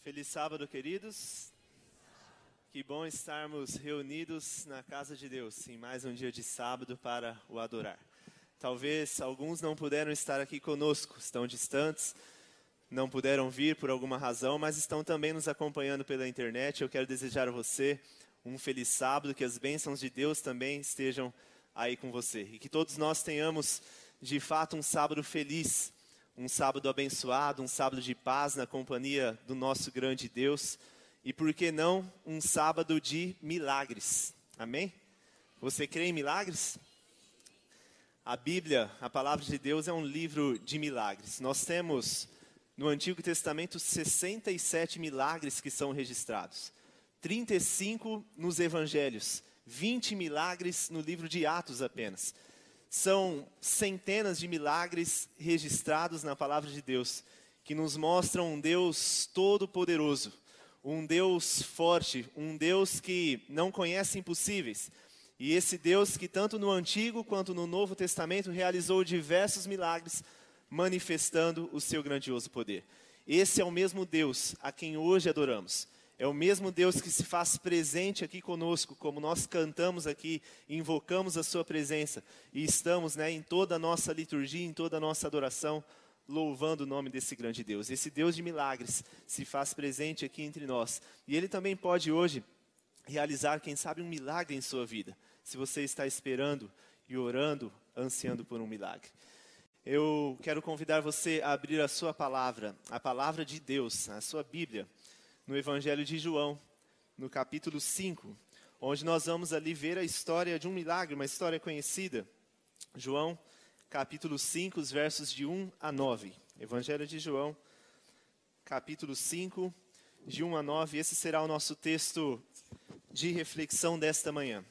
Feliz sábado, queridos. Que bom estarmos reunidos na casa de Deus em mais um dia de sábado para o adorar. Talvez alguns não puderam estar aqui conosco, estão distantes, não puderam vir por alguma razão, mas estão também nos acompanhando pela internet. Eu quero desejar a você um feliz sábado, que as bênçãos de Deus também estejam aí com você. E que todos nós tenhamos, de fato, um sábado feliz, um sábado abençoado, um sábado de paz na companhia do nosso grande Deus. E por que não um sábado de milagres? Amém? Você crê em milagres? A Bíblia, a palavra de Deus, é um livro de milagres. Nós temos no Antigo Testamento 67 milagres que são registrados. 35 nos Evangelhos, 20 milagres no livro de Atos apenas. São centenas de milagres registrados na palavra de Deus, que nos mostram um Deus todo-poderoso, um Deus forte, um Deus que não conhece impossíveis. E esse Deus que tanto no Antigo quanto no Novo Testamento realizou diversos milagres, manifestando o seu grandioso poder. Esse é o mesmo Deus a quem hoje adoramos. É o mesmo Deus que se faz presente aqui conosco, como nós cantamos aqui, invocamos a sua presença. E estamos em toda a nossa liturgia, em toda a nossa adoração, louvando o nome desse grande Deus. Esse Deus de milagres se faz presente aqui entre nós. E Ele também pode hoje realizar, quem sabe, um milagre em sua vida. Se você está esperando e orando, ansiando por um milagre. Eu quero convidar você a abrir a sua palavra, a palavra de Deus, a sua Bíblia, no Evangelho de João, no capítulo 5, onde nós vamos ali ver a história de um milagre, uma história conhecida. João, capítulo 5, os versos de 1 a 9. Evangelho de João, capítulo 5, de 1 a 9. Esse será o nosso texto de reflexão desta manhã.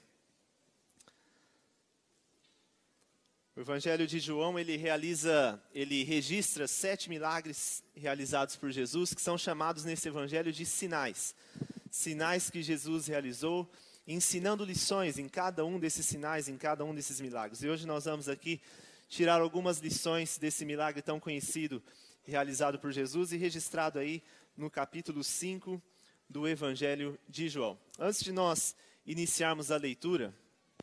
O Evangelho de João, ele registra 7 milagres realizados por Jesus, que são chamados nesse Evangelho de sinais. Sinais que Jesus realizou, ensinando lições em cada um desses sinais, em cada um desses milagres. E hoje nós vamos aqui tirar algumas lições desse milagre tão conhecido, realizado por Jesus e registrado aí no capítulo 5 do Evangelho de João. Antes de nós iniciarmos a leitura,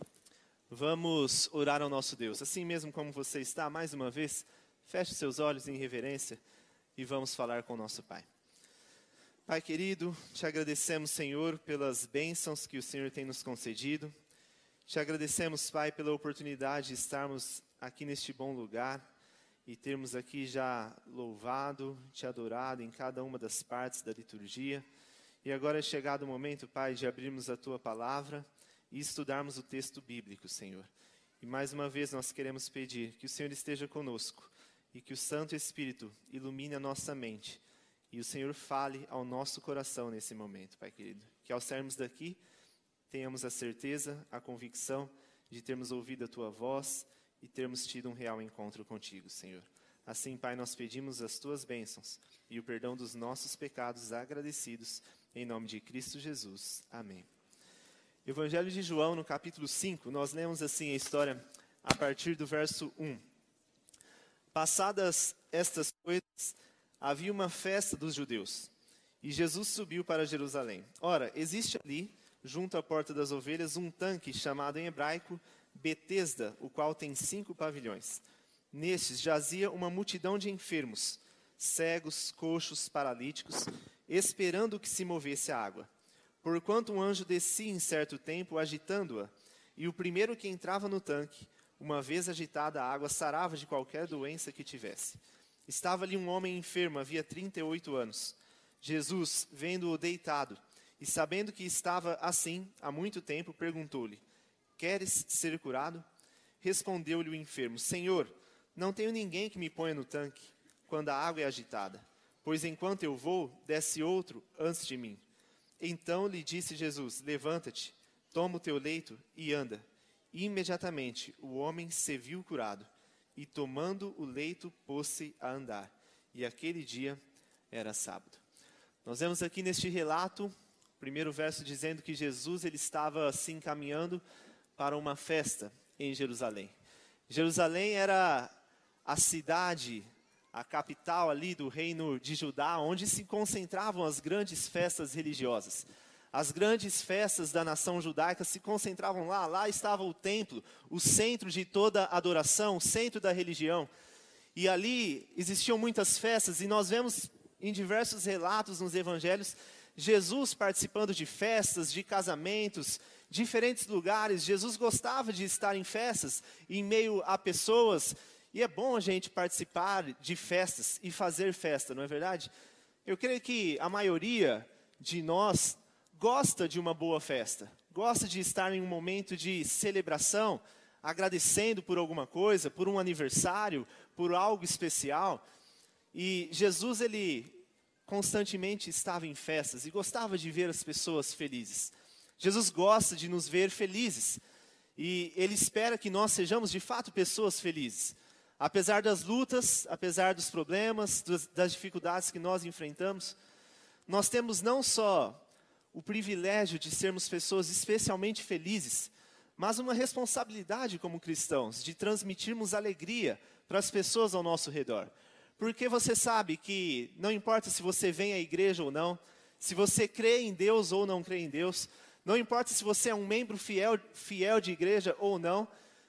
vamos orar ao nosso Deus. Assim mesmo como você está, mais uma vez, feche seus olhos em reverência e vamos falar com o nosso Pai. Pai querido, te agradecemos, Senhor, pelas bênçãos que o Senhor tem nos concedido. Te agradecemos, Pai, pela oportunidade de estarmos aqui neste bom lugar e termos aqui já louvado, te adorado em cada uma das partes da liturgia. E agora é chegado o momento, Pai, de abrirmos a Tua palavra e estudarmos o texto bíblico, Senhor. E mais uma vez nós queremos pedir que o Senhor esteja conosco e que o Santo Espírito ilumine a nossa mente e o Senhor fale ao nosso coração nesse momento, Pai querido. Que ao sairmos daqui, tenhamos a certeza, a convicção de termos ouvido a Tua voz e termos tido um real encontro contigo, Senhor. Assim, Pai, nós pedimos as Tuas bênçãos e o perdão dos nossos pecados agradecidos, em nome de Cristo Jesus. Amém. Evangelho de João, no capítulo 5, nós lemos assim a história a partir do verso 1. Passadas estas coisas, havia uma festa dos judeus, e Jesus subiu para Jerusalém. Ora, existe ali, junto à porta das ovelhas, um tanque chamado em hebraico Betesda, o qual tem 5 pavilhões. Nestes jazia uma multidão de enfermos, cegos, coxos, paralíticos, esperando que se movesse a água. Porquanto um anjo descia em certo tempo, agitando-a, e o primeiro que entrava no tanque, uma vez agitada a água, sarava de qualquer doença que tivesse. Estava ali um homem enfermo, havia 38 anos. Jesus, vendo-o deitado, e sabendo que estava assim há muito tempo, perguntou-lhe: Queres ser curado? Respondeu-lhe o enfermo: Senhor, não tenho ninguém que me ponha no tanque, quando a água é agitada, pois enquanto eu vou, desce outro antes de mim. Então lhe disse Jesus: Levanta-te, toma o teu leito e anda. E imediatamente o homem se viu curado, e tomando o leito, pôs-se a andar. E aquele dia era sábado. Nós vemos aqui neste relato, o primeiro verso dizendo que Jesus ele estava se encaminhando para uma festa em Jerusalém. Jerusalém era a cidade a capital ali do reino de Judá, onde se concentravam as grandes festas religiosas. As grandes festas da nação judaica se concentravam lá. Lá estava o templo, o centro de toda a adoração, o centro da religião. E ali existiam muitas festas, e nós vemos em diversos relatos nos evangelhos, Jesus participando de festas, de casamentos, diferentes lugares. Jesus gostava de estar em festas, em meio a pessoas, e é bom a gente participar de festas e fazer festa, não é verdade? Eu creio que a maioria de nós gosta de uma boa festa, gosta de estar em um momento de celebração, agradecendo por alguma coisa, por um aniversário, por algo especial. E Jesus, ele constantemente estava em festas e gostava de ver as pessoas felizes. Jesus gosta de nos ver felizes e Ele espera que nós sejamos de fato pessoas felizes. Apesar das lutas, apesar dos problemas, das dificuldades que nós enfrentamos, nós temos não só o privilégio de sermos pessoas especialmente felizes, mas uma responsabilidade como cristãos, de transmitirmos alegria para as pessoas ao nosso redor. Porque você sabe que não importa se você vem à igreja ou não, se você crê em Deus ou não crê em Deus, não importa se você é um membro fiel de igreja ou não,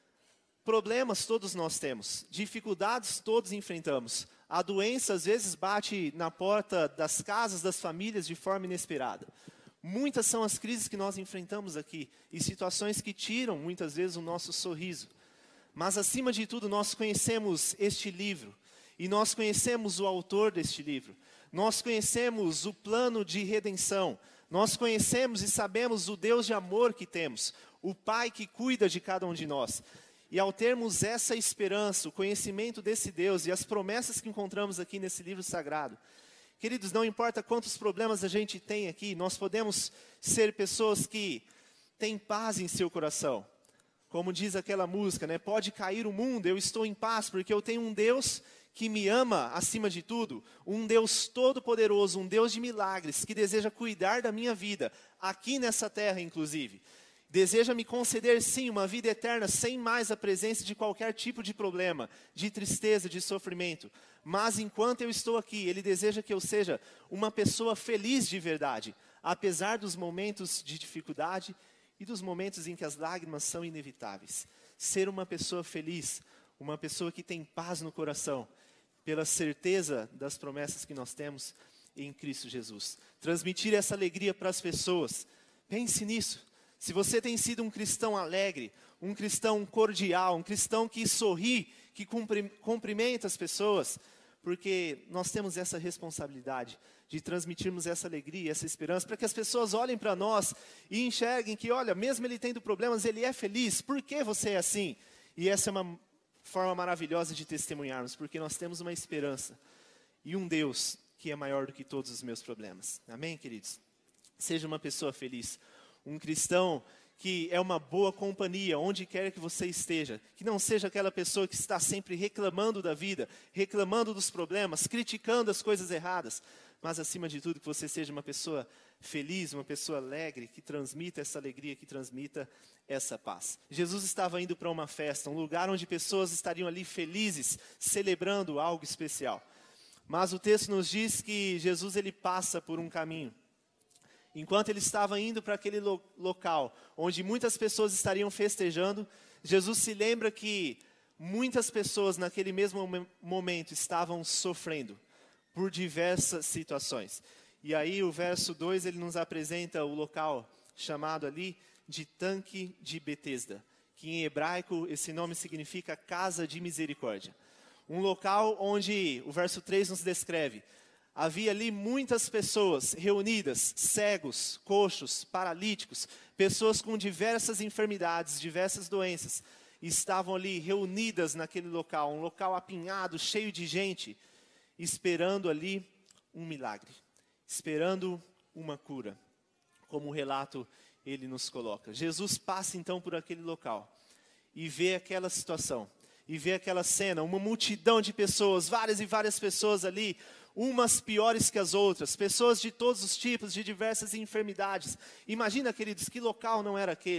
problemas todos nós temos, dificuldades todos enfrentamos. A doença às vezes bate na porta das casas, das famílias de forma inesperada. Muitas são as crises que nós enfrentamos aqui e situações que tiram muitas vezes o nosso sorriso. Mas acima de tudo nós conhecemos este livro e nós conhecemos o autor deste livro. Nós conhecemos o plano de redenção. Nós conhecemos e sabemos o Deus de amor que temos, o Pai que cuida de cada um de nós. E ao termos essa esperança, o conhecimento desse Deus e as promessas que encontramos aqui nesse livro sagrado, queridos, não importa quantos problemas a gente tem aqui, nós podemos ser pessoas que têm paz em seu coração. Como diz aquela música, né? Pode cair o mundo, eu estou em paz, porque eu tenho um Deus que me ama acima de tudo, um Deus todo-poderoso, um Deus de milagres, que deseja cuidar da minha vida, aqui nessa terra inclusive. Deseja me conceder sim uma vida eterna, sem mais a presença de qualquer tipo de problema, de tristeza, de sofrimento. Mas enquanto eu estou aqui, Ele deseja que eu seja uma pessoa feliz de verdade, apesar dos momentos de dificuldade e dos momentos em que as lágrimas são inevitáveis. Ser uma pessoa feliz, uma pessoa que tem paz no coração, pela certeza das promessas que nós temos em Cristo Jesus. Transmitir essa alegria para as pessoas. Pense nisso. Se você tem sido um cristão alegre, um cristão cordial, um cristão que sorri, que cumprimenta as pessoas, porque nós temos essa responsabilidade de transmitirmos essa alegria, essa esperança, para que as pessoas olhem para nós e enxerguem que, olha, mesmo ele tendo problemas, ele é feliz. Por que você é assim? E essa é uma forma maravilhosa de testemunharmos, porque nós temos uma esperança e um Deus que é maior do que todos os meus problemas. Amém, queridos? Seja uma pessoa feliz. Um cristão que é uma boa companhia, onde quer que você esteja. Que não seja aquela pessoa que está sempre reclamando da vida, reclamando dos problemas, criticando as coisas erradas. Mas, acima de tudo, que você seja uma pessoa feliz, uma pessoa alegre, que transmita essa alegria, que transmita essa paz. Jesus estava indo para uma festa, um lugar onde pessoas estariam ali felizes, celebrando algo especial. Mas o texto nos diz que Jesus ele passa por um caminho. Enquanto ele estava indo para aquele local, onde muitas pessoas estariam festejando, Jesus se lembra que muitas pessoas naquele mesmo momento estavam sofrendo por diversas situações. E aí o verso 2, ele nos apresenta o local chamado ali de Tanque de Betesda, que em hebraico esse nome significa Casa de Misericórdia. Um local onde, o verso 3 nos descreve, havia ali muitas pessoas reunidas, cegos, coxos, paralíticos, pessoas com diversas enfermidades, diversas doenças, estavam ali reunidas naquele local, um local apinhado, cheio de gente, esperando ali um milagre, esperando uma cura, como o relato ele nos coloca. Jesus passa então por aquele local e vê aquela situação, e vê aquela cena, uma multidão de pessoas, várias e várias pessoas ali, umas piores que as outras, pessoas de todos os tipos, de diversas enfermidades. Imagina, queridos, que local não era aquele?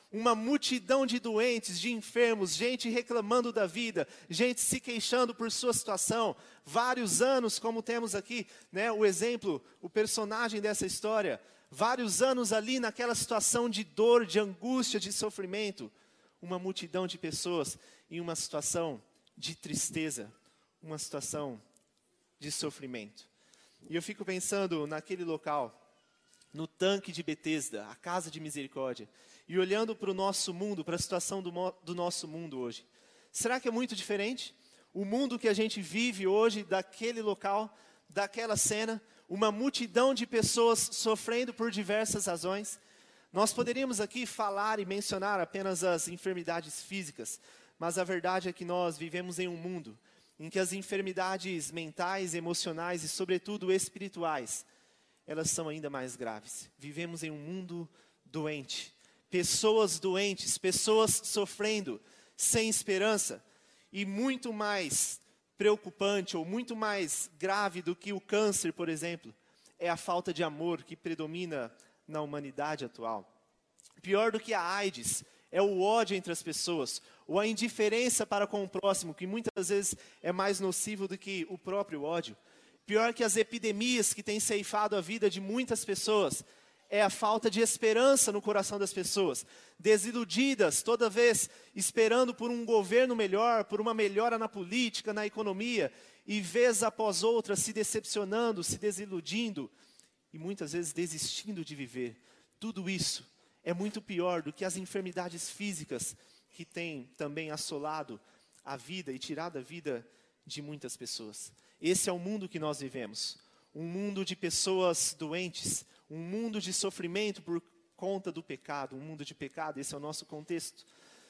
uma multidão de doentes, de enfermos, gente reclamando da vida, gente se queixando por sua situação, vários anos, como temos aqui, né, o exemplo, o personagem dessa história, vários anos ali naquela situação de dor, de angústia, de sofrimento, uma multidão de pessoas em uma situação de tristeza, uma situação de sofrimento. E eu fico pensando naquele local, no tanque de Betesda, a casa de misericórdia, e olhando para o nosso mundo, para a situação do nosso mundo hoje. Será que é muito diferente? O mundo que a gente vive hoje, daquele local, daquela cena, uma multidão de pessoas sofrendo por diversas razões. Nós poderíamos aqui falar e mencionar apenas as enfermidades físicas, mas a verdade é que nós vivemos em um mundo em que as enfermidades mentais, emocionais e, sobretudo, espirituais, elas são ainda mais graves. Vivemos em um mundo doente, pessoas doentes, pessoas sofrendo, sem esperança, e muito mais preocupante ou muito mais grave do que o câncer, por exemplo, é a falta de amor que predomina na humanidade atual. Pior do que a AIDS é o ódio entre as pessoas, ou a indiferença para com o próximo, que muitas vezes é mais nocivo do que o próprio ódio. Pior que as epidemias que têm ceifado a vida de muitas pessoas, é a falta de esperança no coração das pessoas, desiludidas toda vez esperando por um governo melhor, por uma melhora na política, na economia, e vez após outra se decepcionando, se desiludindo, e muitas vezes desistindo de viver. Tudo isso é muito pior do que as enfermidades físicas que têm também assolado a vida e tirado a vida de muitas pessoas. Esse é o mundo que nós vivemos, um mundo de pessoas doentes, um mundo de sofrimento por conta do pecado, um mundo de pecado, esse é o nosso contexto.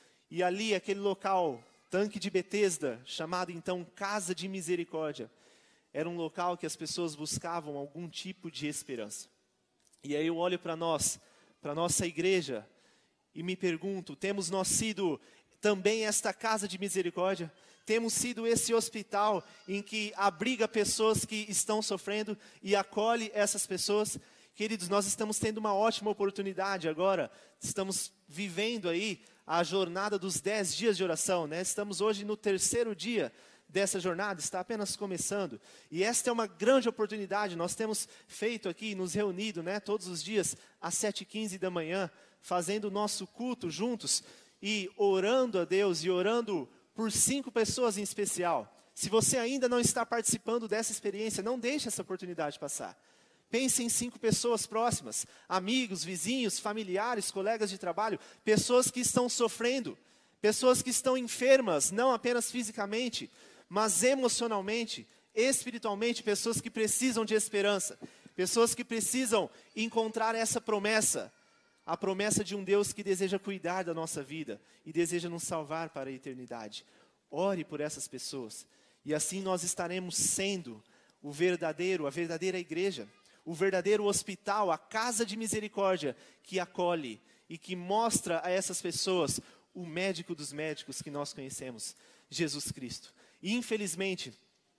E ali, aquele local, tanque de Betesda, chamado então Casa de Misericórdia, era um local que as pessoas buscavam algum tipo de esperança. E aí eu olho para nós, para a nossa igreja, e me pergunto, temos nós sido também esta casa de misericórdia? Temos sido esse hospital em que abriga pessoas que estão sofrendo e acolhe essas pessoas? Queridos, nós estamos tendo uma ótima oportunidade agora, estamos vivendo aí a jornada dos 10 dias de oração, né? Estamos hoje no 3º dia dessa jornada, está apenas começando, e esta é uma grande oportunidade. Nós temos feito aqui, nos reunido, né, todos os dias, às 7h15 da manhã, fazendo o nosso culto juntos, e orando a Deus, e orando por 5 pessoas em especial. Se você ainda não está participando dessa experiência, não deixe essa oportunidade passar. Pense em 5 pessoas próximas, amigos, vizinhos, familiares, colegas de trabalho, pessoas que estão sofrendo, pessoas que estão enfermas, não apenas fisicamente, mas emocionalmente, espiritualmente, pessoas que precisam de esperança, pessoas que precisam encontrar essa promessa, a promessa de um Deus que deseja cuidar da nossa vida e deseja nos salvar para a eternidade. Ore por essas pessoas, e assim nós estaremos sendo a verdadeira igreja, o verdadeiro hospital, a casa de misericórdia que acolhe e que mostra a essas pessoas o médico dos médicos que nós conhecemos, Jesus Cristo. E infelizmente,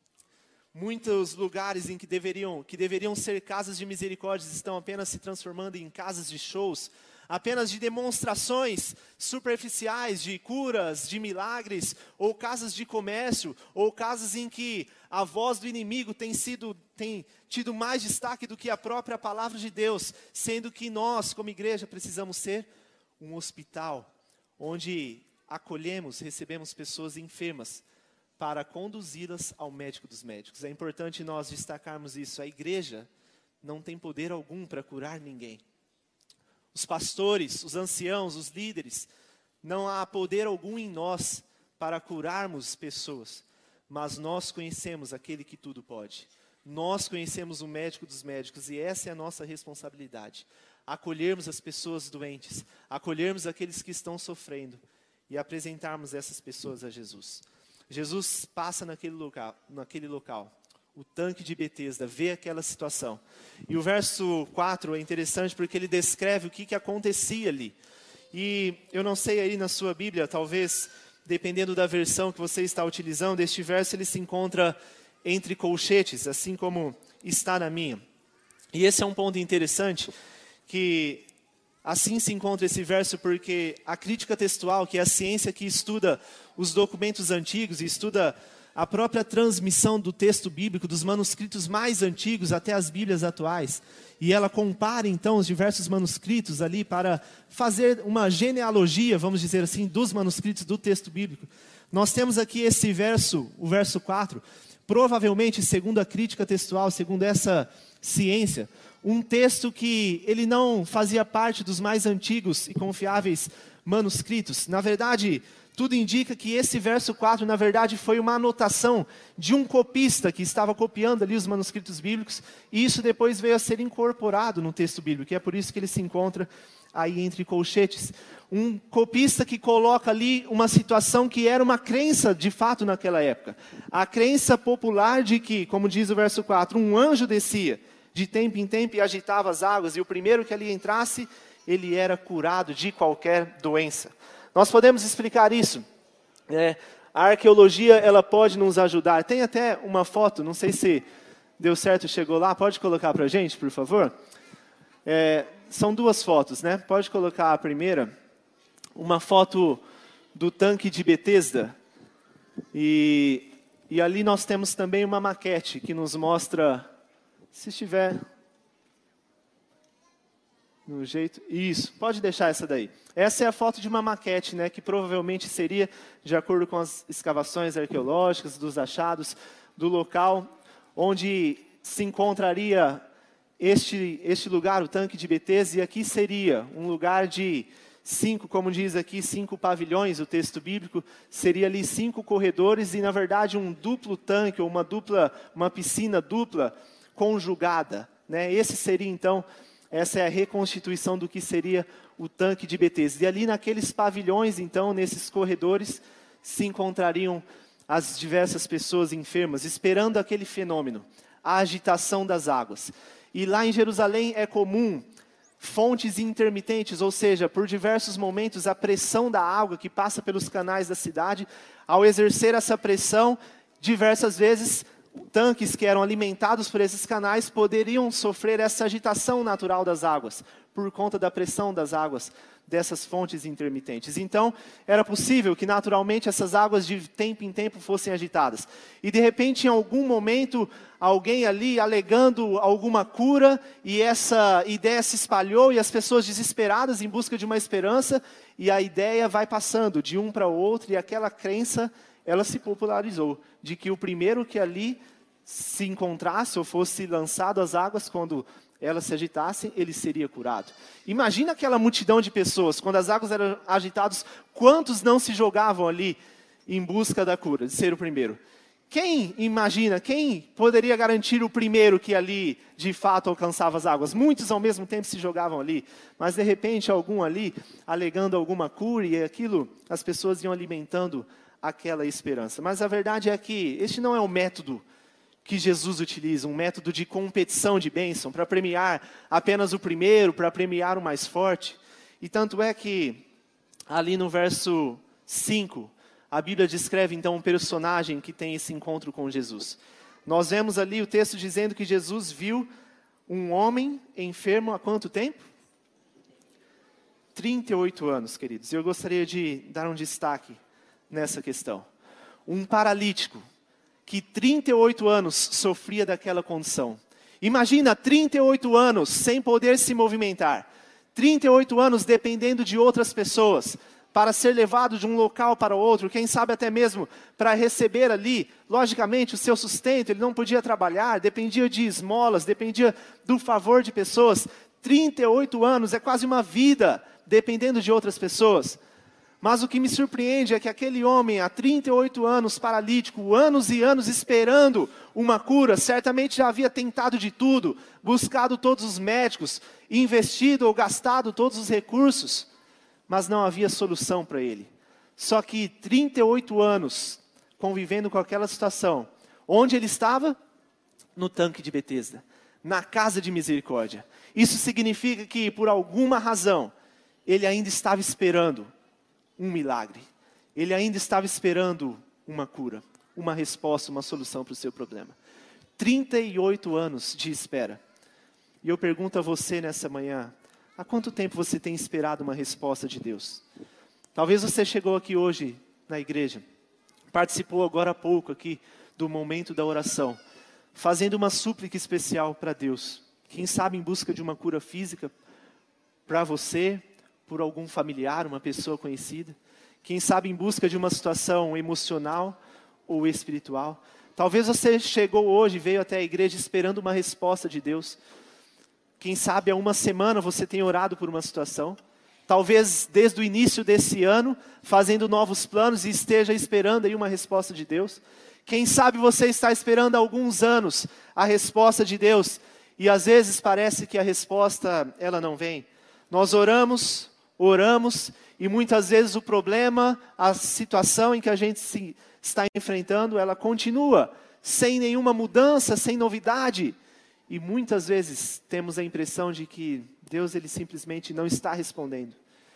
muitos lugares em que deveriam ser casas de misericórdia estão apenas se transformando em casas de shows, apenas de demonstrações superficiais de curas, de milagres, ou casas de comércio, ou casas em que a voz do inimigo tem tido mais destaque do que a própria palavra de Deus, sendo que nós, como igreja, precisamos ser um hospital, onde acolhemos, recebemos pessoas enfermas, para conduzi-las ao médico dos médicos. É importante nós destacarmos isso. A igreja não tem poder algum para curar ninguém. Os pastores, os anciãos, os líderes, não há poder algum em nós para curarmos pessoas. Mas nós conhecemos aquele que tudo pode. Nós conhecemos o médico dos médicos e essa é a nossa responsabilidade. Acolhermos as pessoas doentes, acolhermos aqueles que estão sofrendo e apresentarmos essas pessoas a Jesus. Jesus passa naquele local, o tanque de Betesda, vê aquela situação. E o verso 4 é interessante porque ele descreve o que acontecia ali. E eu não sei aí na sua Bíblia, talvez, dependendo da versão que você está utilizando, este verso ele se encontra entre colchetes, assim como está na minha. E esse é um ponto interessante, que assim se encontra esse verso porque a crítica textual, que é a ciência que estuda os documentos antigos e estuda a própria transmissão do texto bíblico, dos manuscritos mais antigos até as Bíblias atuais, e ela compara então os diversos manuscritos ali para fazer uma genealogia, vamos dizer assim, dos manuscritos do texto bíblico. Nós temos aqui esse verso, o verso 4, provavelmente, segundo a crítica textual, segundo essa ciência, um texto que ele não fazia parte dos mais antigos e confiáveis manuscritos. Na verdade, tudo indica que esse verso 4, na verdade, foi uma anotação de um copista que estava copiando ali os manuscritos bíblicos, e isso depois veio a ser incorporado no texto bíblico, e é por isso que ele se encontra aí entre colchetes. Um copista que coloca ali uma situação que era uma crença de fato naquela época. A crença popular de que, como diz o verso 4, um anjo descia de tempo em tempo e agitava as águas, e o primeiro que ali entrasse, ele era curado de qualquer doença. Nós podemos explicar isso. A arqueologia, ela pode nos ajudar. Tem até uma foto, não sei se deu certo, chegou lá. Pode colocar para a gente, por favor? São duas fotos, né? Pode colocar a primeira. Uma foto do tanque de Betesda. E ali nós temos também uma maquete que nos mostra, se estiver no jeito, isso, pode deixar essa daí. Essa é a foto de uma maquete, né, que provavelmente seria, de acordo com as escavações arqueológicas, dos achados do local, onde se encontraria este lugar, o tanque de Betesda, e aqui seria um lugar de 5, como diz aqui, 5 pavilhões, o texto bíblico, seria ali 5 corredores e, na verdade, um duplo tanque, ou uma piscina dupla conjugada, né? Esse seria, então, essa é a reconstituição do que seria o tanque de Betesda. E ali naqueles pavilhões, então, nesses corredores, se encontrariam as diversas pessoas enfermas, esperando aquele fenômeno, a agitação das águas. E lá em Jerusalém é comum fontes intermitentes, ou seja, por diversos momentos, a pressão da água que passa pelos canais da cidade, ao exercer essa pressão, diversas vezes, tanques que eram alimentados por esses canais poderiam sofrer essa agitação natural das águas, por conta da pressão das águas dessas fontes intermitentes. Então, era possível que naturalmente essas águas de tempo em tempo fossem agitadas. E de repente, em algum momento, alguém ali alegando alguma cura, e essa ideia se espalhou, e as pessoas desesperadas em busca de uma esperança, e a ideia vai passando de um para o outro, e aquela crença, ela se popularizou, de que o primeiro que ali se encontrasse ou fosse lançado às águas, quando elas se agitassem, ele seria curado. Imagina aquela multidão de pessoas, quando as águas eram agitadas, quantos não se jogavam ali em busca da cura, de ser o primeiro? Quem imagina, quem poderia garantir o primeiro que ali, de fato, alcançava as águas? Muitos ao mesmo tempo se jogavam ali, mas de repente algum ali, alegando alguma cura, e aquilo, as pessoas iam alimentando aquela esperança. Mas a verdade é que este não é o método que Jesus utiliza, um método de competição de bênção, para premiar apenas o primeiro, para premiar o mais forte. E tanto é que, ali no verso 5, a Bíblia descreve então um personagem que tem esse encontro com Jesus. Nós vemos ali o texto dizendo que Jesus viu um homem enfermo há quanto tempo? 38 anos, queridos. E eu gostaria de dar um destaque nessa questão. Um paralítico que 38 anos sofria daquela condição. Imagina 38 anos sem poder se movimentar. 38 anos dependendo de outras pessoas para ser levado de um local para outro, quem sabe até mesmo para receber ali, logicamente, o seu sustento. Ele não podia trabalhar, dependia de esmolas, dependia do favor de pessoas. 38 anos é quase uma vida dependendo de outras pessoas. Mas o que me surpreende é que aquele homem, há 38 anos, paralítico, anos e anos esperando uma cura, certamente já havia tentado de tudo, buscado todos os médicos, investido ou gastado todos os recursos, mas não havia solução para ele. Só que 38 anos, convivendo com aquela situação, onde ele estava? No tanque de Betesda, na casa de misericórdia. Isso significa que, por alguma razão, ele ainda estava esperando um milagre. Ele ainda estava esperando uma cura, uma resposta, uma solução para o seu problema. 38 anos de espera. E eu pergunto a você nessa manhã, Há quanto tempo você tem esperado uma resposta de Deus? Talvez você chegou aqui hoje na igreja, participou agora há pouco aqui do momento da oração, fazendo uma súplica especial para Deus. Quem sabe em busca de uma cura física para você, por algum familiar, uma pessoa conhecida. Quem sabe em busca de uma situação emocional ou espiritual. Talvez você chegou hoje, veio até a igreja esperando uma resposta de Deus. Quem sabe há uma semana você tem orado por uma situação. Talvez desde o início desse ano, fazendo novos planos e esteja esperando aí uma resposta de Deus. Quem sabe você está esperando há alguns anos a resposta de Deus. E às vezes parece que a resposta, ela não vem. Nós oramos e muitas vezes o problema, a situação em que a gente está enfrentando, ela continua sem nenhuma mudança, sem novidade. E muitas vezes temos a impressão de que Deus ele simplesmente não está respondendo.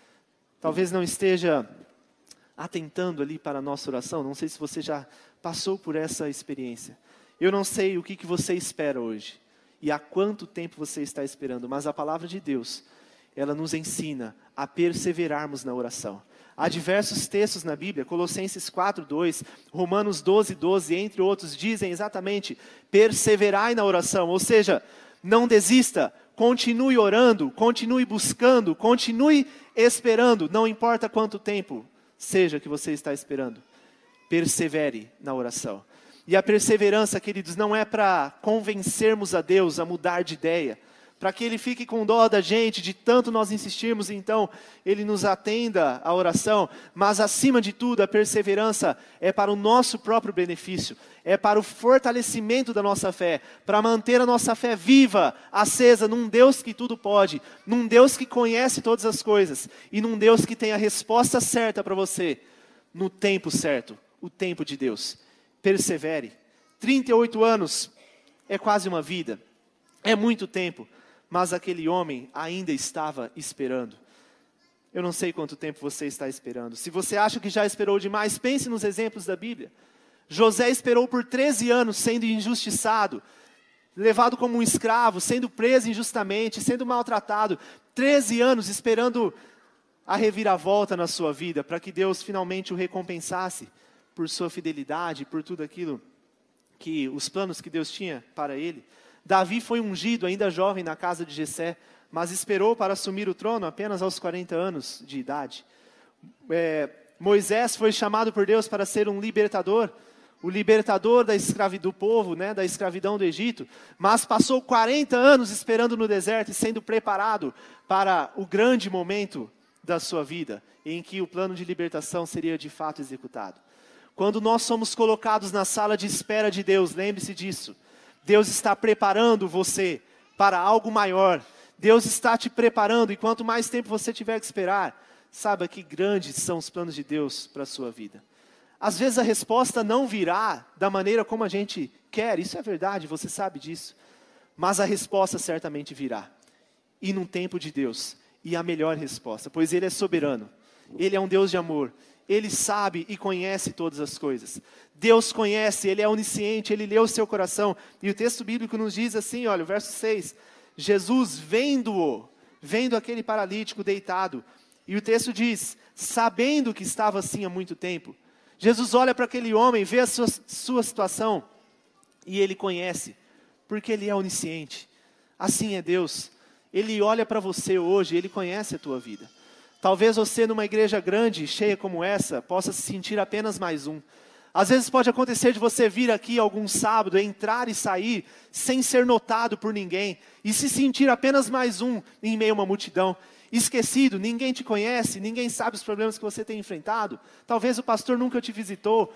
Talvez não esteja atentando ali para a nossa oração. Não sei se você já passou por essa experiência. Eu não sei o que você espera hoje e há quanto tempo você está esperando, mas a palavra de Deus, ela nos ensina a perseverarmos na oração. Há diversos textos na Bíblia, Colossenses 4:2, Romanos 12:12, entre outros, dizem exatamente, perseverai na oração, ou seja, não desista, continue orando, continue buscando, continue esperando, não importa quanto tempo seja que você está esperando, persevere na oração. E a perseverança, queridos, não é para convencermos a Deus a mudar de ideia, para que Ele fique com dó da gente, de tanto nós insistirmos, então Ele nos atenda à oração. Mas acima de tudo, a perseverança é para o nosso próprio benefício, é para o fortalecimento da nossa fé, para manter a nossa fé viva, acesa, num Deus que tudo pode, num Deus que conhece todas as coisas, e num Deus que tem a resposta certa para você, no tempo certo, o tempo de Deus. Persevere. 38 anos é quase uma vida, é muito tempo. Mas aquele homem ainda estava esperando. Eu não sei quanto tempo você está esperando. Se você acha que já esperou demais, pense nos exemplos da Bíblia. José esperou por 13 anos sendo injustiçado, levado como um escravo, sendo preso injustamente, sendo maltratado. 13 anos esperando a reviravolta na sua vida, para que Deus finalmente o recompensasse por sua fidelidade, por tudo aquilo que os planos que Deus tinha para ele. Davi foi ungido ainda jovem na casa de Jessé, mas esperou para assumir o trono apenas aos 40 anos de idade. Moisés foi chamado por Deus para ser um libertador, o libertador do povo, da escravidão do Egito, mas passou 40 anos esperando no deserto e sendo preparado para o grande momento da sua vida, em que o plano de libertação seria de fato executado. Quando nós somos colocados na sala de espera de Deus, lembre-se disso. Deus está preparando você para algo maior. Deus está te preparando, e quanto mais tempo você tiver que esperar, saiba que grandes são os planos de Deus para a sua vida. Às vezes a resposta não virá da maneira como a gente quer, isso é verdade, você sabe disso. Mas a resposta certamente virá, e num tempo de Deus, e a melhor resposta, pois Ele é soberano, Ele é um Deus de amor, Ele sabe e conhece todas as coisas. Deus conhece, Ele é onisciente, Ele lê o seu coração. E o texto bíblico nos diz assim, olha, o verso 6. Jesus vendo aquele paralítico deitado. E o texto diz, sabendo que estava assim há muito tempo. Jesus olha para aquele homem, vê a sua situação. E Ele conhece, porque Ele é onisciente. Assim é Deus. Ele olha para você hoje, Ele conhece a tua vida. Talvez você numa igreja grande, cheia como essa, possa se sentir apenas mais um. Às vezes pode acontecer de você vir aqui algum sábado, entrar e sair, sem ser notado por ninguém, e se sentir apenas mais um em meio a uma multidão. Esquecido, ninguém te conhece, ninguém sabe os problemas que você tem enfrentado. Talvez o pastor nunca te visitou.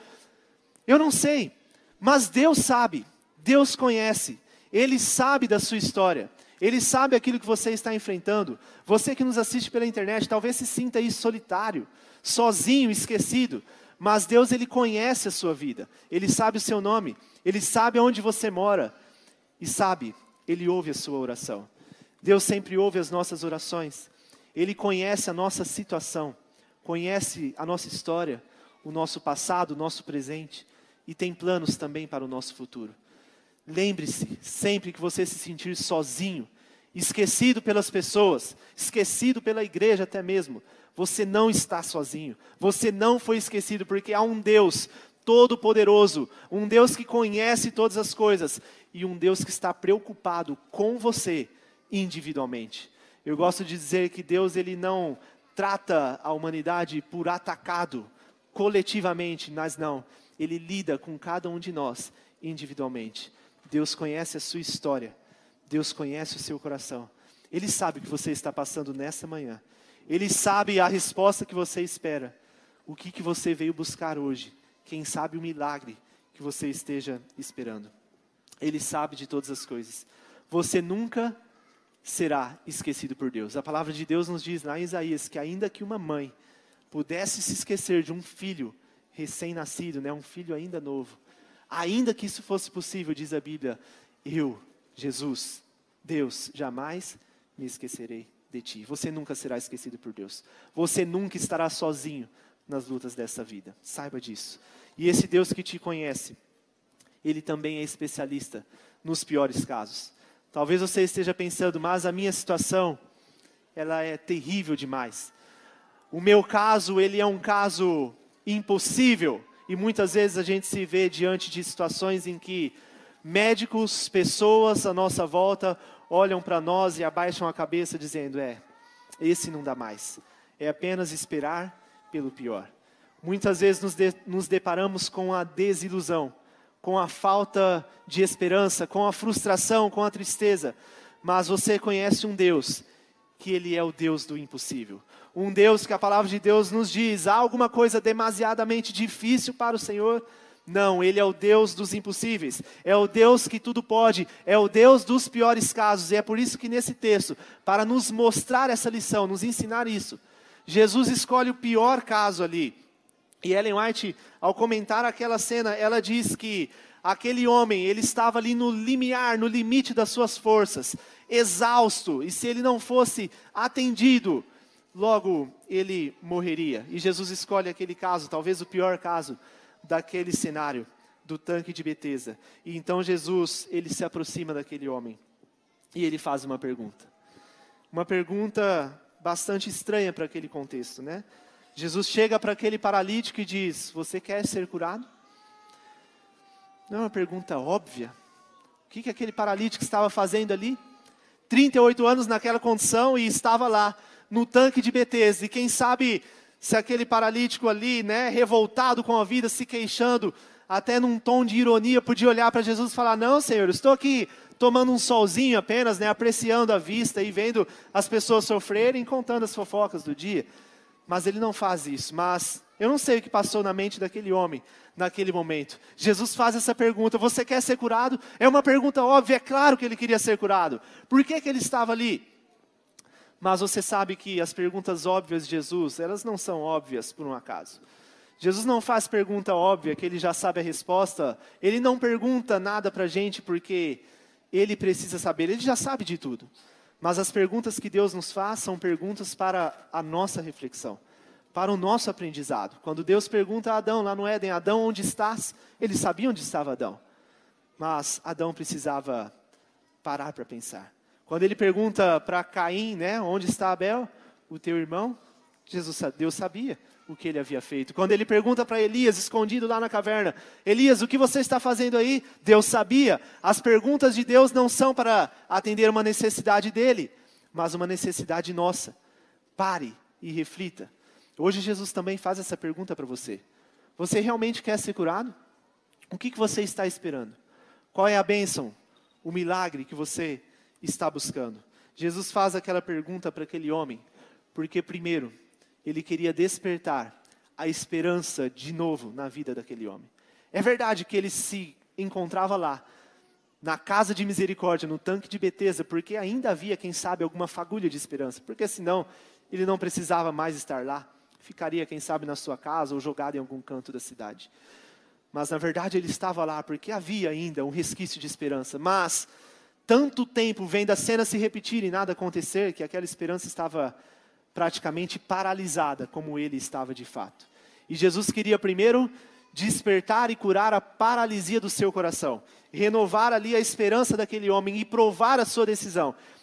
Eu não sei, mas Deus sabe, Deus conhece, Ele sabe da sua história. Ele sabe aquilo que você está enfrentando. Você que nos assiste pela internet, talvez se sinta aí solitário, sozinho, esquecido. Mas Deus, Ele conhece a sua vida. Ele sabe o seu nome. Ele sabe onde você mora. E sabe, Ele ouve a sua oração. Deus sempre ouve as nossas orações. Ele conhece a nossa situação. Conhece a nossa história, o nosso passado, o nosso presente. E tem planos também para o nosso futuro. Lembre-se, sempre que você se sentir sozinho esquecido pelas pessoas, esquecido pela igreja até mesmo, você não está sozinho. Você não foi esquecido, porque há um Deus todo-poderoso, um Deus que conhece todas as coisas, e um Deus que está preocupado com você individualmente. Eu gosto de dizer que Deus, ele não trata a humanidade por atacado, coletivamente, mas não. Ele lida com cada um de nós individualmente. Deus conhece a sua história. Deus conhece o seu coração. Ele sabe o que você está passando nessa manhã. Ele sabe a resposta que você espera. O que você veio buscar hoje. Quem sabe o milagre que você esteja esperando. Ele sabe de todas as coisas. Você nunca será esquecido por Deus. A palavra de Deus nos diz lá em Isaías que ainda que uma mãe pudesse se esquecer de um filho recém-nascido, um filho ainda novo, ainda que isso fosse possível, diz a Bíblia, eu, Jesus, Deus, jamais me esquecerei de ti. Você nunca será esquecido por Deus. Você nunca estará sozinho nas lutas dessa vida. Saiba disso. E esse Deus que te conhece, Ele também é especialista nos piores casos. Talvez você esteja pensando, mas a minha situação, ela é terrível demais. O meu caso, ele é um caso impossível. E muitas vezes a gente se vê diante de situações em que médicos, pessoas à nossa volta, olham para nós e abaixam a cabeça dizendo, esse não dá mais. É apenas esperar pelo pior. Muitas vezes nos deparamos com a desilusão, com a falta de esperança, com a frustração, com a tristeza. Mas você conhece um Deus, que Ele é o Deus do impossível. Um Deus que a palavra de Deus nos diz, há alguma coisa demasiadamente difícil para o Senhor? Não, Ele é o Deus dos impossíveis, é o Deus que tudo pode, é o Deus dos piores casos. E é por isso que nesse texto, para nos mostrar essa lição, nos ensinar isso, Jesus escolhe o pior caso ali. E Ellen White, ao comentar aquela cena, ela diz que aquele homem, ele estava ali no limiar, no limite das suas forças, exausto, e se ele não fosse atendido, logo ele morreria. E Jesus escolhe aquele caso, talvez o pior caso, daquele cenário, do tanque de Betesda. E então Jesus, ele se aproxima daquele homem, e ele faz uma pergunta. Uma pergunta bastante estranha para aquele contexto, né? Jesus chega para aquele paralítico e diz, você quer ser curado? Não é uma pergunta óbvia? O que aquele paralítico estava fazendo ali? 38 anos naquela condição e estava lá, no tanque de Betesda. E quem sabe se aquele paralítico ali, revoltado com a vida, se queixando, até num tom de ironia, podia olhar para Jesus e falar, não, Senhor, eu estou aqui tomando um solzinho apenas, apreciando a vista e vendo as pessoas sofrerem, contando as fofocas do dia. Mas ele não faz isso. Mas eu não sei o que passou na mente daquele homem naquele momento. Jesus faz essa pergunta, você quer ser curado? É uma pergunta óbvia, é claro que ele queria ser curado. Por que ele estava ali? Mas você sabe que as perguntas óbvias de Jesus, elas não são óbvias por um acaso. Jesus não faz pergunta óbvia, que ele já sabe a resposta. Ele não pergunta nada para a gente porque ele precisa saber, ele já sabe de tudo. Mas as perguntas que Deus nos faz são perguntas para a nossa reflexão, para o nosso aprendizado. Quando Deus pergunta a Adão lá no Éden, Adão, onde estás? Ele sabia onde estava Adão. Mas Adão precisava parar para pensar. Quando ele pergunta para Caim, onde está Abel, o teu irmão? Deus sabia o que ele havia feito. Quando ele pergunta para Elias, escondido lá na caverna, Elias, o que você está fazendo aí? Deus sabia. As perguntas de Deus não são para atender uma necessidade dele, mas uma necessidade nossa. Pare e reflita. Hoje Jesus também faz essa pergunta para você. Você realmente quer ser curado? O que você está esperando? Qual é a bênção, o milagre que você está buscando? Jesus faz aquela pergunta para aquele homem, porque primeiro, ele queria despertar a esperança de novo na vida daquele homem. É verdade que ele se encontrava lá, na casa de misericórdia, no tanque de Betesda, porque ainda havia, quem sabe, alguma fagulha de esperança, porque senão ele não precisava mais estar lá, ficaria, quem sabe, na sua casa ou jogado em algum canto da cidade. Mas na verdade ele estava lá porque havia ainda um resquício de esperança, mas tanto tempo vendo a cena se repetir e nada acontecer, que aquela esperança estava praticamente paralisada, como ele estava de fato. E Jesus queria primeiro despertar e curar a paralisia do seu coração, renovar ali a esperança daquele homem e provar a sua decisão.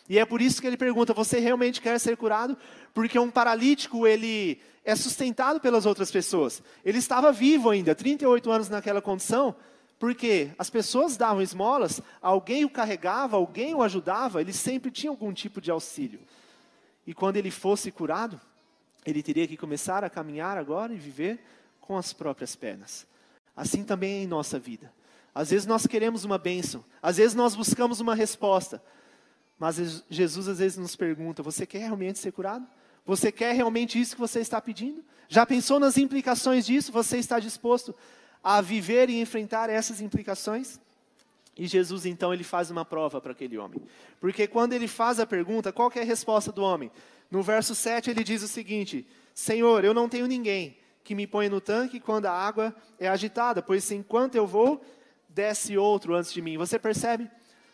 E é por isso que ele pergunta, você realmente quer ser curado? Porque um paralítico, ele é sustentado pelas outras pessoas. Ele estava vivo ainda, 38 anos naquela condição, porque as pessoas davam esmolas, alguém o carregava, alguém o ajudava, ele sempre tinha algum tipo de auxílio. E quando ele fosse curado, ele teria que começar a caminhar agora e viver com as próprias pernas. Assim também é em nossa vida. Às vezes nós queremos uma bênção, às vezes nós buscamos uma resposta, mas Jesus às vezes nos pergunta, você quer realmente ser curado? Você quer realmente isso que você está pedindo? Já pensou nas implicações disso? Você está disposto a viver e enfrentar essas implicações? E Jesus então ele faz uma prova para aquele homem. Porque quando ele faz a pergunta, qual que é a resposta do homem? No verso 7 ele diz o seguinte, Senhor, eu não tenho ninguém que me ponha no tanque quando a água é agitada, pois enquanto eu vou, desce outro antes de mim. Você percebe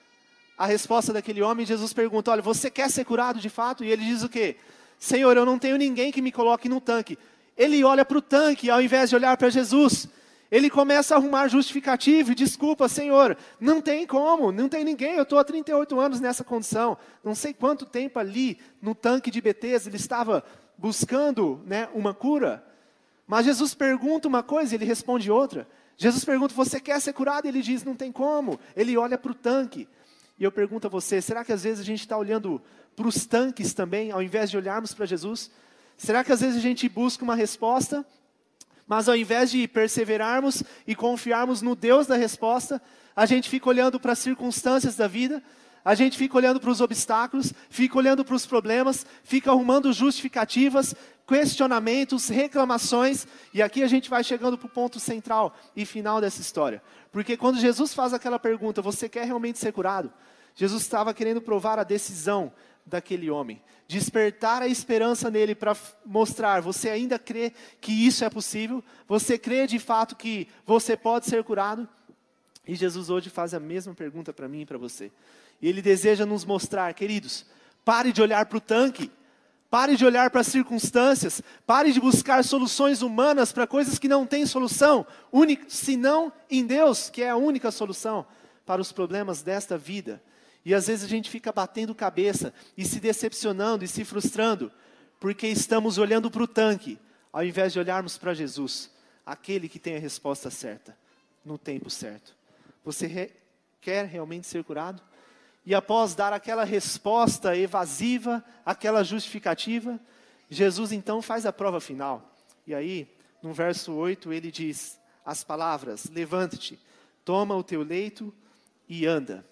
a resposta daquele homem? Jesus pergunta, olha, você quer ser curado de fato? E ele diz o quê? Senhor, eu não tenho ninguém que me coloque no tanque. Ele olha para o tanque ao invés de olhar para Jesus. Ele começa a arrumar justificativo e desculpa, Senhor, não tem como, não tem ninguém, eu estou há 38 anos nessa condição. Não sei quanto tempo ali no tanque de Betesda ele estava buscando, uma cura. Mas Jesus pergunta uma coisa e ele responde outra. Jesus pergunta, você quer ser curado? E ele diz, não tem como. Ele olha para o tanque. E eu pergunto a você, será que às vezes a gente está olhando para os tanques também, ao invés de olharmos para Jesus? Será que às vezes a gente busca uma resposta, mas ao invés de perseverarmos e confiarmos no Deus da resposta, a gente fica olhando para as circunstâncias da vida, a gente fica olhando para os obstáculos, fica olhando para os problemas, fica arrumando justificativas, questionamentos, reclamações, e aqui a gente vai chegando para o ponto central e final dessa história. Porque quando Jesus faz aquela pergunta, você quer realmente ser curado? Jesus estava querendo provar a decisão daquele homem, despertar a esperança nele para mostrar, você ainda crê que isso é possível? Você crê de fato que você pode ser curado? E Jesus hoje faz a mesma pergunta para mim e para você. E Ele deseja nos mostrar, queridos, pare de olhar para o tanque, pare de olhar para as circunstâncias, pare de buscar soluções humanas para coisas que não têm solução, senão em Deus, que é a única solução para os problemas desta vida. E às vezes a gente fica batendo cabeça e se decepcionando e se frustrando, porque estamos olhando para o tanque, ao invés de olharmos para Jesus, aquele que tem a resposta certa, no tempo certo. Você quer realmente ser curado? E após dar aquela resposta evasiva, aquela justificativa, Jesus então faz a prova final. E aí, no verso 8, ele diz as palavras, levante-te, toma o teu leito e anda.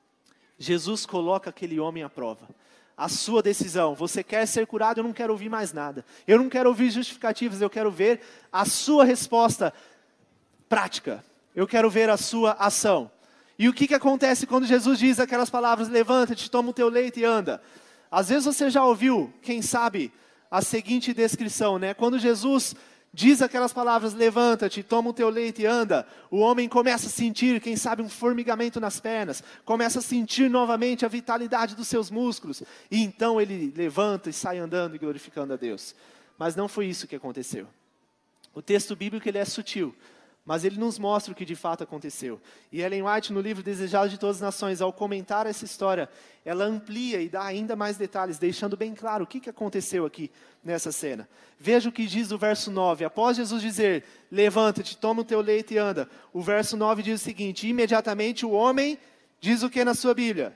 Jesus coloca aquele homem à prova. A sua decisão, você quer ser curado? Eu não quero ouvir mais nada. Eu não quero ouvir justificativas, eu quero ver a sua resposta prática. Eu quero ver a sua ação. E o que acontece quando Jesus diz aquelas palavras, levanta-te, toma o teu leito e anda? Às vezes você já ouviu, quem sabe, a seguinte descrição, Quando Jesus diz aquelas palavras, levanta-te, toma o teu leito e anda, o homem começa a sentir, quem sabe, um formigamento nas pernas, começa a sentir novamente a vitalidade dos seus músculos, e então ele levanta e sai andando e glorificando a Deus. Mas não foi isso que aconteceu. O texto bíblico ele é sutil, mas ele nos mostra o que de fato aconteceu. E Ellen White, no livro Desejado de Todas as Nações, ao comentar essa história, ela amplia e dá ainda mais detalhes, deixando bem claro o que aconteceu aqui nessa cena. Veja o que diz o verso 9. Após Jesus dizer, levanta-te, toma o teu leito e anda. O verso 9 diz o seguinte, imediatamente o homem, diz o que na sua Bíblia?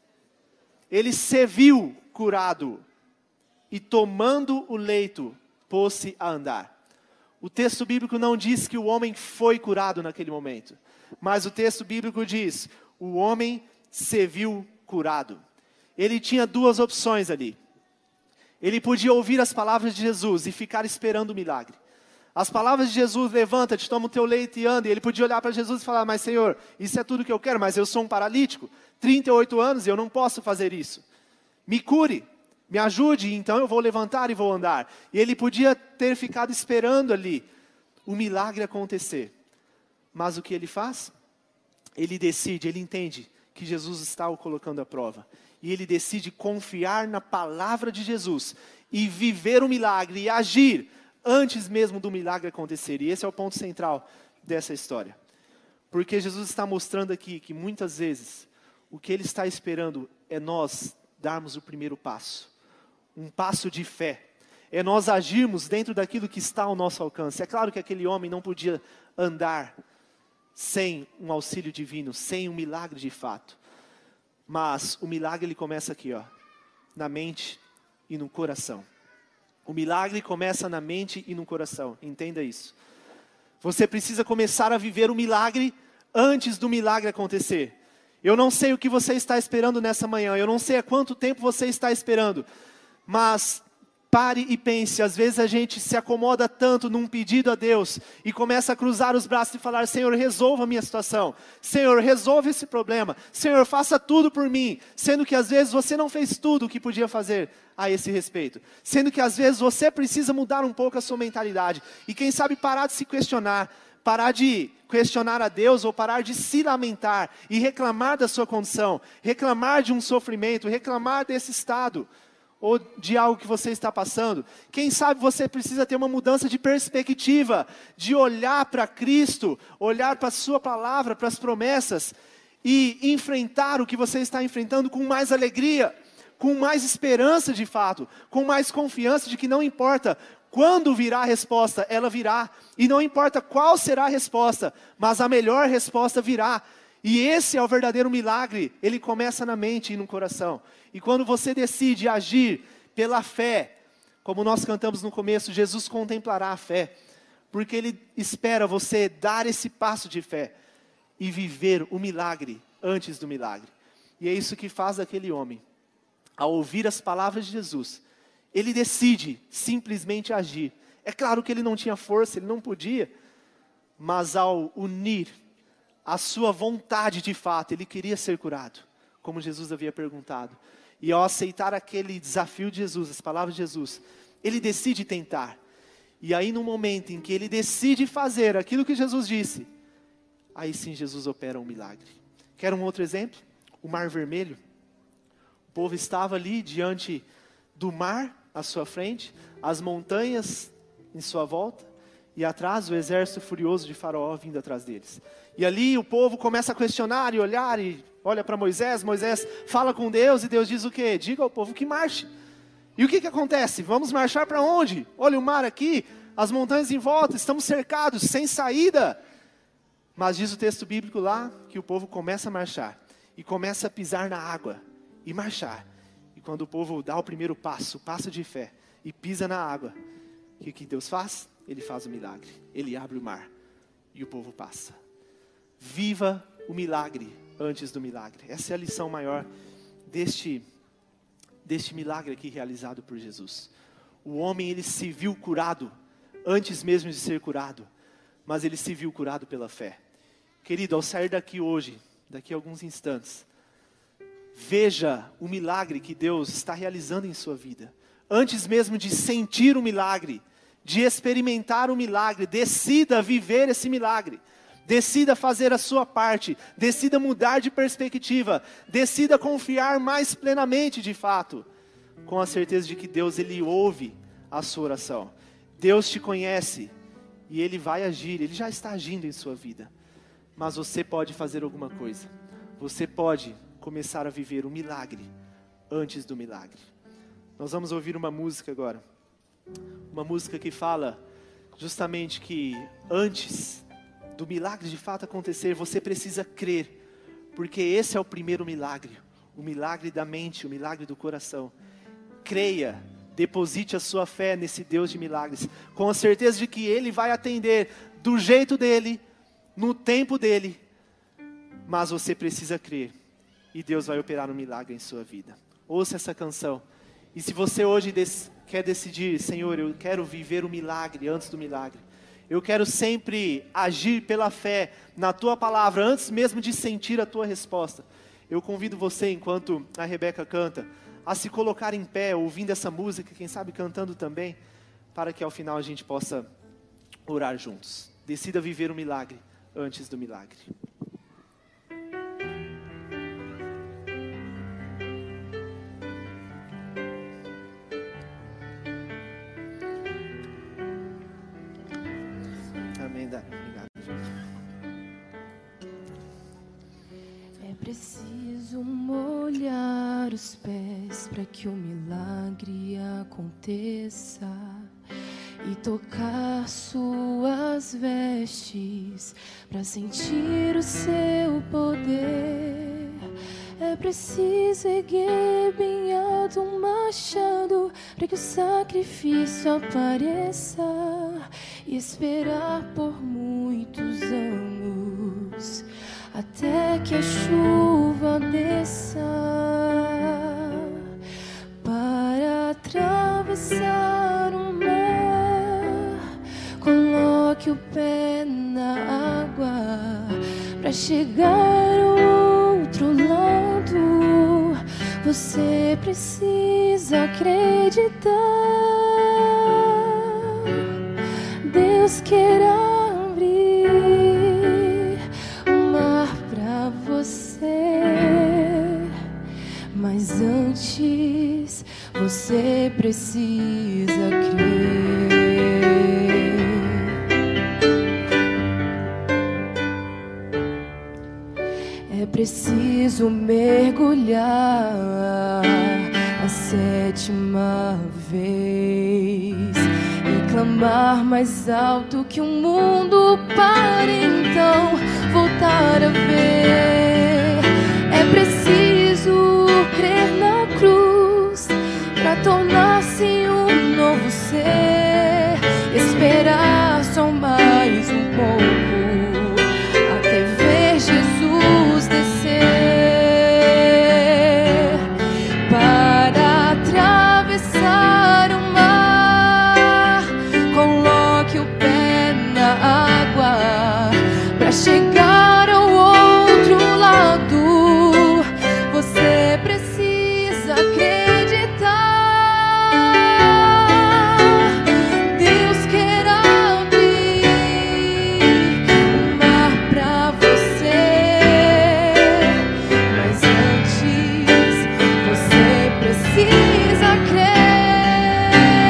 Ele se viu curado e tomando o leito, pôs-se a andar. O texto bíblico não diz que o homem foi curado naquele momento, mas o texto bíblico diz, o homem se viu curado. Ele tinha duas opções ali. Ele podia ouvir as palavras de Jesus e ficar esperando o milagre. As palavras de Jesus, levanta-te, toma o teu leito e anda. E ele podia olhar para Jesus e falar, mas Senhor, isso é tudo que eu quero, mas eu sou um paralítico, 38 anos e eu não posso fazer isso. Me cure. Me ajude, então eu vou levantar e vou andar. E ele podia ter ficado esperando ali o milagre acontecer. Mas o que ele faz? Ele decide, ele entende que Jesus está o colocando à prova. E ele decide confiar na palavra de Jesus e viver o milagre e agir antes mesmo do milagre acontecer. E esse é o ponto central dessa história. Porque Jesus está mostrando aqui que muitas vezes o que Ele está esperando é nós darmos o primeiro passo. Um passo de fé. É nós agirmos dentro daquilo que está ao nosso alcance. É claro que aquele homem não podia andar sem um auxílio divino, sem um milagre de fato. Mas o milagre ele começa aqui, ó, na mente e no coração. O milagre começa na mente e no coração. Entenda isso. Você precisa começar a viver o milagre antes do milagre acontecer. Eu não sei o que você está esperando nessa manhã. Eu não sei há quanto tempo você está esperando. Mas pare e pense. Às vezes a gente se acomoda tanto num pedido a Deus e começa a cruzar os braços e falar: Senhor, resolva a minha situação. Senhor, resolva esse problema. Senhor, faça tudo por mim. Sendo que às vezes você não fez tudo o que podia fazer a esse respeito. Sendo que às vezes você precisa mudar um pouco a sua mentalidade. E quem sabe parar de se questionar. Parar de questionar a Deus ou parar de se lamentar e reclamar da sua condição. Reclamar de um sofrimento, reclamar desse estado. Ou de algo que você está passando. Quem sabe você precisa ter uma mudança de perspectiva, de olhar para Cristo, olhar para a sua palavra, para as promessas, e enfrentar o que você está enfrentando com mais alegria, com mais esperança de fato, com mais confiança de que não importa quando virá a resposta, ela virá, e não importa qual será a resposta, mas a melhor resposta virá. E esse é o verdadeiro milagre, ele começa na mente e no coração. E quando você decide agir pela fé, como nós cantamos no começo, Jesus contemplará a fé, porque Ele espera você dar esse passo de fé e viver o milagre antes do milagre. E é isso que faz aquele homem. Ao ouvir as palavras de Jesus, ele decide simplesmente agir. É claro que ele não tinha força, ele não podia, mas ao unir a sua vontade de fato, ele queria ser curado, como Jesus havia perguntado. E ao aceitar aquele desafio de Jesus, as palavras de Jesus, ele decide tentar. E aí no momento em que ele decide fazer aquilo que Jesus disse, aí sim Jesus opera um milagre. Quer um outro exemplo? O Mar Vermelho. O povo estava ali diante do mar à sua frente, as montanhas em sua volta, e atrás o exército furioso de Faraó vindo atrás deles. E ali o povo começa a questionar e olhar, e olha para Moisés, Moisés fala com Deus, e Deus diz o quê? Diga ao povo que marche. E o que acontece? Vamos marchar para onde? Olha o mar aqui, as montanhas em volta, estamos cercados, sem saída. Mas diz o texto bíblico lá, que o povo começa a marchar, e começa a pisar na água, e marchar. E quando o povo dá o primeiro passo, o passo de fé, e pisa na água, o que Deus faz? Ele faz o milagre, ele abre o mar, e o povo passa. Viva o milagre antes do milagre. Essa é a lição maior deste milagre aqui realizado por Jesus. O homem, ele se viu curado antes mesmo de ser curado, mas ele se viu curado pela fé. Querido, ao sair daqui hoje, daqui a alguns instantes, veja o milagre que Deus está realizando em sua vida. Antes mesmo de sentir o milagre, de experimentar o milagre, decida viver esse milagre. Decida fazer a sua parte, decida mudar de perspectiva, decida confiar mais plenamente de fato, com a certeza de que Deus, Ele ouve a sua oração. Deus te conhece e Ele vai agir, Ele já está agindo em sua vida. Mas você pode fazer alguma coisa, você pode começar a viver o milagre antes do milagre. Nós vamos ouvir uma música agora, uma música que fala justamente que antes do milagre de fato acontecer, você precisa crer, porque esse é o primeiro milagre, o milagre da mente, o milagre do coração. Creia, deposite a sua fé nesse Deus de milagres, com a certeza de que Ele vai atender do jeito dEle, no tempo dEle, mas você precisa crer, e Deus vai operar um milagre em sua vida. Ouça essa canção, e se você hoje quer decidir, Senhor, eu quero viver o milagre antes do milagre, eu quero sempre agir pela fé na Tua palavra, antes mesmo de sentir a Tua resposta. Eu convido você, enquanto a Rebeca canta, a se colocar em pé, ouvindo essa música, quem sabe cantando também, para que ao final a gente possa orar juntos. Decida viver o milagre antes do milagre. É preciso molhar os pés para que o milagre aconteça e tocar suas vestes para sentir o seu poder. É preciso erguer bem alto um machado para que o sacrifício apareça e esperar por muitos anos até que a chuva desça. Para atravessar o mar, coloque o pé na água. Para chegar ao outro lado, você precisa acreditar. Deus quer abrir o mar para você, mas antes você precisa crer. É preciso mergulhar a 7ª vez e clamar mais alto que o mundo para então voltar a ver. É preciso crer na cruz para tornar-se um novo ser, esperar só mais um pouco até ver Jesus descer. Para atravessar o mar, coloque o pé na água. Para chegar ao outro lado, você precisa acreditar. Deus quer abrir o mar para você, mas antes você precisa crer.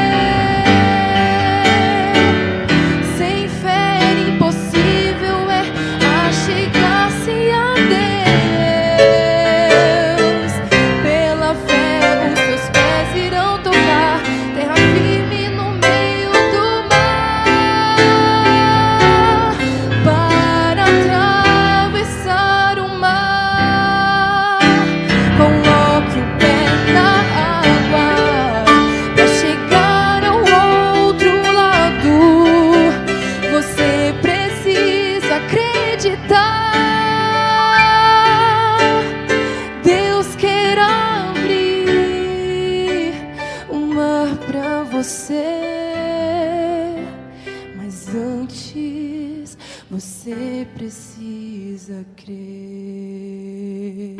Sem fé impossível é achegar-se a Deus. Pela fé os seus pés irão tocar terra firme no meio do mar. Para atravessar o mar, coloque o pé na água. Para chegar ao outro lado, você precisa acreditar. Deus quer abrir o mar para você, mas antes você precisa crer.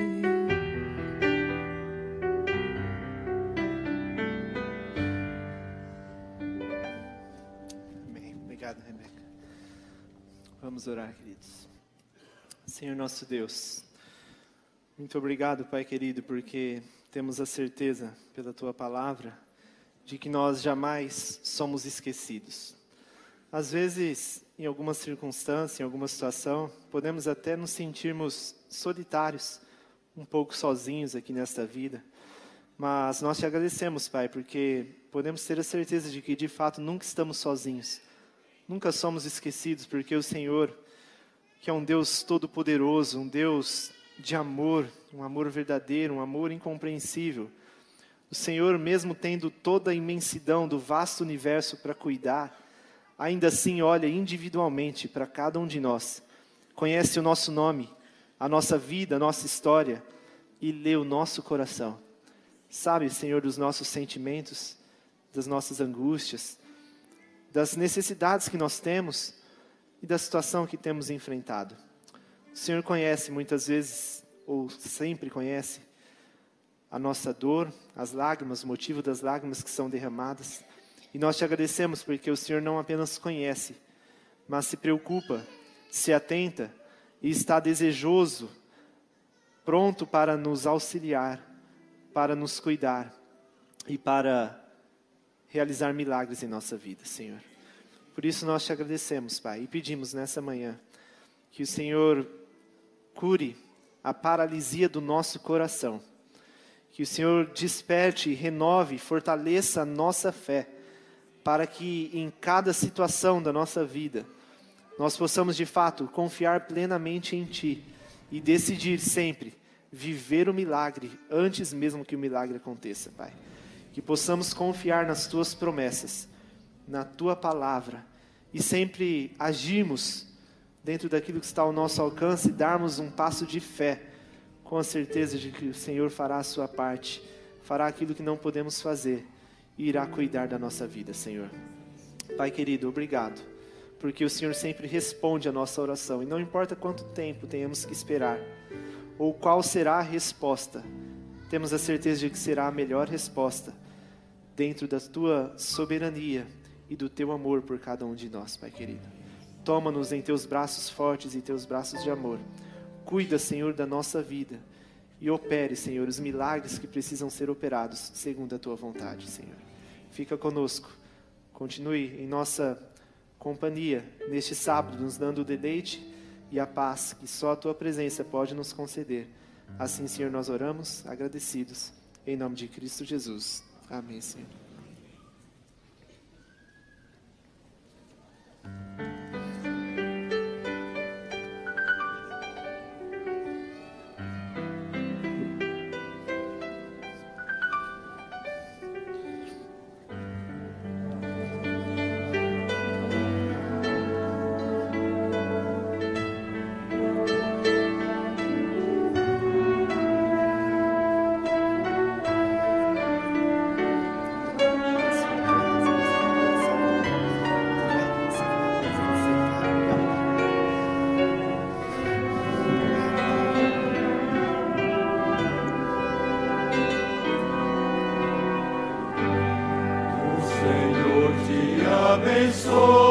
Amém. Obrigado, Rebeca. Vamos orar, queridos. Senhor nosso Deus, muito obrigado, Pai querido, porque temos a certeza, pela Tua palavra, de que nós jamais somos esquecidos. Às vezes, em alguma circunstância, em alguma situação, podemos até nos sentirmos solitários, um pouco sozinhos aqui nesta vida. Mas nós te agradecemos, Pai, porque podemos ter a certeza de que, de fato, nunca estamos sozinhos. Nunca somos esquecidos, porque o Senhor, que é um Deus todo-poderoso, um Deus de amor, um amor verdadeiro, um amor incompreensível. O Senhor, mesmo tendo toda a imensidão do vasto universo para cuidar, ainda assim olha individualmente para cada um de nós, conhece o nosso nome, a nossa vida, a nossa história e lê o nosso coração. Sabe, Senhor, dos nossos sentimentos, das nossas angústias, das necessidades que nós temos e da situação que temos enfrentado. O Senhor conhece muitas vezes, ou sempre conhece, a nossa dor, as lágrimas, o motivo das lágrimas que são derramadas. E nós te agradecemos porque o Senhor não apenas conhece, mas se preocupa, se atenta e está desejoso, pronto para nos auxiliar, para nos cuidar e para realizar milagres em nossa vida, Senhor. Por isso nós te agradecemos, Pai, e pedimos nessa manhã que o Senhor cure a paralisia do nosso coração, Que o Senhor desperte, renove, fortaleça a nossa fé, para que em cada situação da nossa vida, nós possamos de fato confiar plenamente em Ti e decidir sempre viver o milagre antes mesmo que o milagre aconteça, Pai. Que possamos confiar nas Tuas promessas, na Tua palavra e sempre agirmos dentro daquilo que está ao nosso alcance e darmos um passo de fé, com a certeza de que o Senhor fará a sua parte, fará aquilo que não podemos fazer e irá cuidar da nossa vida, Senhor. Pai querido, obrigado, porque o Senhor sempre responde a nossa oração, e não importa quanto tempo tenhamos que esperar, ou qual será a resposta, temos a certeza de que será a melhor resposta, dentro da Tua soberania e do Teu amor por cada um de nós, Pai querido. Toma-nos em Teus braços fortes e Teus braços de amor. Cuida, Senhor, da nossa vida e opere, Senhor, os milagres que precisam ser operados segundo a Tua vontade, Senhor. Fica conosco, continue em nossa companhia neste sábado, nos dando o deleite e a paz que só a Tua presença pode nos conceder. Assim, Senhor, nós oramos, agradecidos, em nome de Cristo Jesus. Amém, Senhor. Senhor te abençoe.